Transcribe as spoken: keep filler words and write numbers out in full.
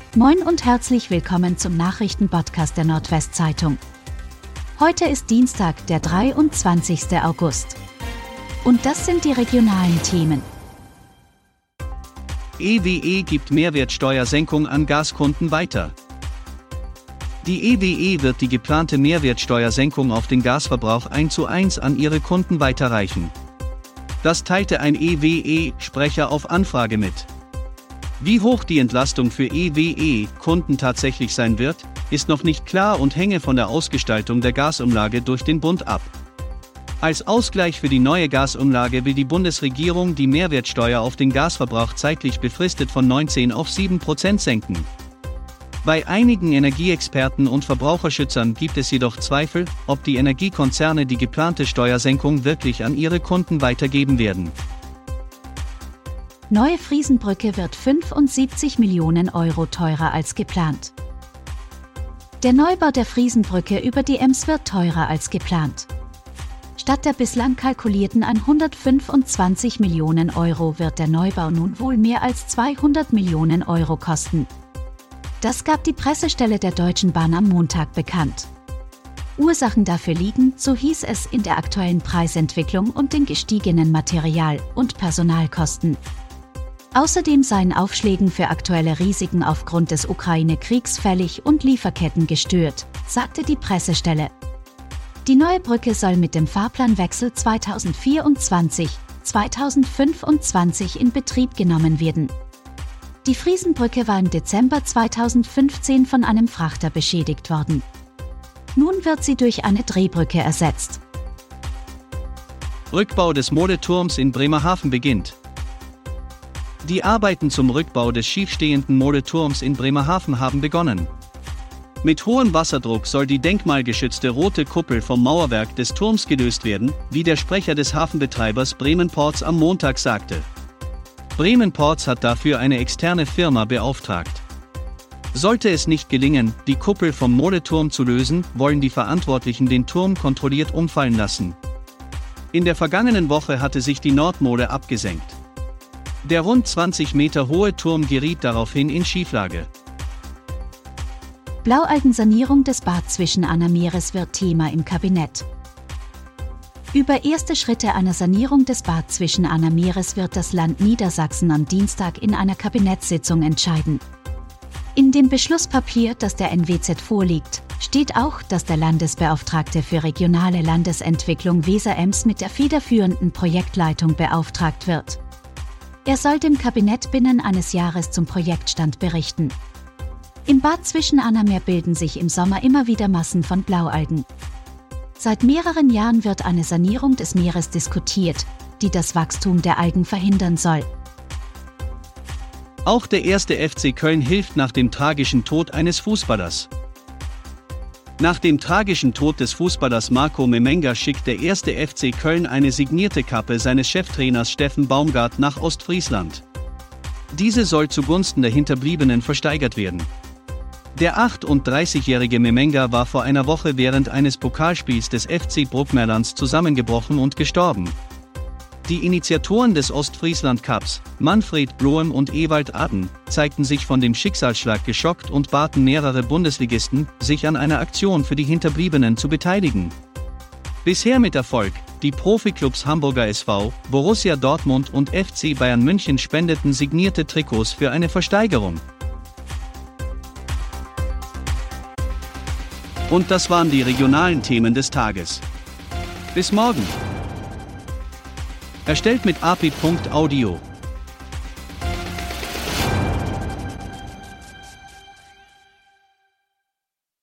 Moin und herzlich willkommen zum Nachrichtenpodcast der Nordwestzeitung. Heute ist Dienstag, der dreiundzwanzigster August. Und das sind die regionalen Themen. E W E gibt Mehrwertsteuersenkung an Gaskunden weiter. Die E W E wird die geplante Mehrwertsteuersenkung auf den Gasverbrauch eins zu eins an ihre Kunden weiterreichen. Das teilte ein E W E-Sprecher auf Anfrage mit. Wie hoch die Entlastung für E W E-Kunden tatsächlich sein wird, ist noch nicht klar und hänge von der Ausgestaltung der Gasumlage durch den Bund ab. Als Ausgleich für die neue Gasumlage will die Bundesregierung die Mehrwertsteuer auf den Gasverbrauch zeitlich befristet von neunzehn auf sieben Prozent senken. Bei einigen Energieexperten und Verbraucherschützern gibt es jedoch Zweifel, ob die Energiekonzerne die geplante Steuersenkung wirklich an ihre Kunden weitergeben werden. Neue Friesenbrücke wird fünfundsiebzig Millionen Euro teurer als geplant. Der Neubau der Friesenbrücke über die Ems wird teurer als geplant. Statt der bislang kalkulierten hundertfünfundzwanzig Millionen Euro wird der Neubau nun wohl mehr als zweihundert Millionen Euro kosten. Das gab die Pressestelle der Deutschen Bahn am Montag bekannt. Ursachen dafür liegen, so hieß es, in der aktuellen Preisentwicklung und den gestiegenen Material- und Personalkosten. Außerdem seien Aufschlägen für aktuelle Risiken aufgrund des Ukraine-Kriegs fällig und Lieferketten gestört, sagte die Pressestelle. Die neue Brücke soll mit dem Fahrplanwechsel zweitausendvierundzwanzig bis zweitausendfünfundzwanzig in Betrieb genommen werden. Die Friesenbrücke war im Dezember zweitausendfünfzehn von einem Frachter beschädigt worden. Nun wird sie durch eine Drehbrücke ersetzt. Rückbau des Modeturms in Bremerhaven beginnt. Die Arbeiten zum Rückbau des schiefstehenden Modeturms in Bremerhaven haben begonnen. Mit hohem Wasserdruck soll die denkmalgeschützte rote Kuppel vom Mauerwerk des Turms gelöst werden, wie der Sprecher des Hafenbetreibers Bremen Ports am Montag sagte. Bremen Ports hat dafür eine externe Firma beauftragt. Sollte es nicht gelingen, die Kuppel vom Modeturm zu lösen, wollen die Verantwortlichen den Turm kontrolliert umfallen lassen. In der vergangenen Woche hatte sich die Nordmole abgesenkt. Der rund zwanzig Meter hohe Turm geriet daraufhin in Schieflage. Blaualgensanierung des Bad Zwischenahner-Meeres wird Thema im Kabinett. Über erste Schritte einer Sanierung des Bad Zwischenahner-Meeres wird das Land Niedersachsen am Dienstag in einer Kabinettssitzung entscheiden. In dem Beschlusspapier, das der N W Z vorliegt, steht auch, dass der Landesbeauftragte für regionale Landesentwicklung Weser-Ems mit der federführenden Projektleitung beauftragt wird. Er soll dem Kabinett binnen eines Jahres zum Projektstand berichten. Im Bad Zwischenahner-Meer bilden sich im Sommer immer wieder Massen von Blaualgen. Seit mehreren Jahren wird eine Sanierung des Meeres diskutiert, die das Wachstum der Algen verhindern soll. Auch der erste F C Köln hilft nach dem tragischen Tod eines Fußballers. Nach dem tragischen Tod des Fußballers Marco Memenga schickt der erste F C Köln eine signierte Kappe seines Cheftrainers Steffen Baumgart nach Ostfriesland. Diese soll zugunsten der Hinterbliebenen versteigert werden. Der achtunddreißigjährige Memenga war vor einer Woche während eines Pokalspiels des F C Bruckmerlands zusammengebrochen und gestorben. Die Initiatoren des Ostfriesland Cups, Manfred Bloem und Ewald Aden, zeigten sich von dem Schicksalsschlag geschockt und baten mehrere Bundesligisten, sich an einer Aktion für die Hinterbliebenen zu beteiligen. Bisher mit Erfolg: Die Profiklubs Hamburger S V, Borussia Dortmund und F C Bayern München spendeten signierte Trikots für eine Versteigerung. Und das waren die regionalen Themen des Tages. Bis morgen. Erstellt mit A P Punkt Audio.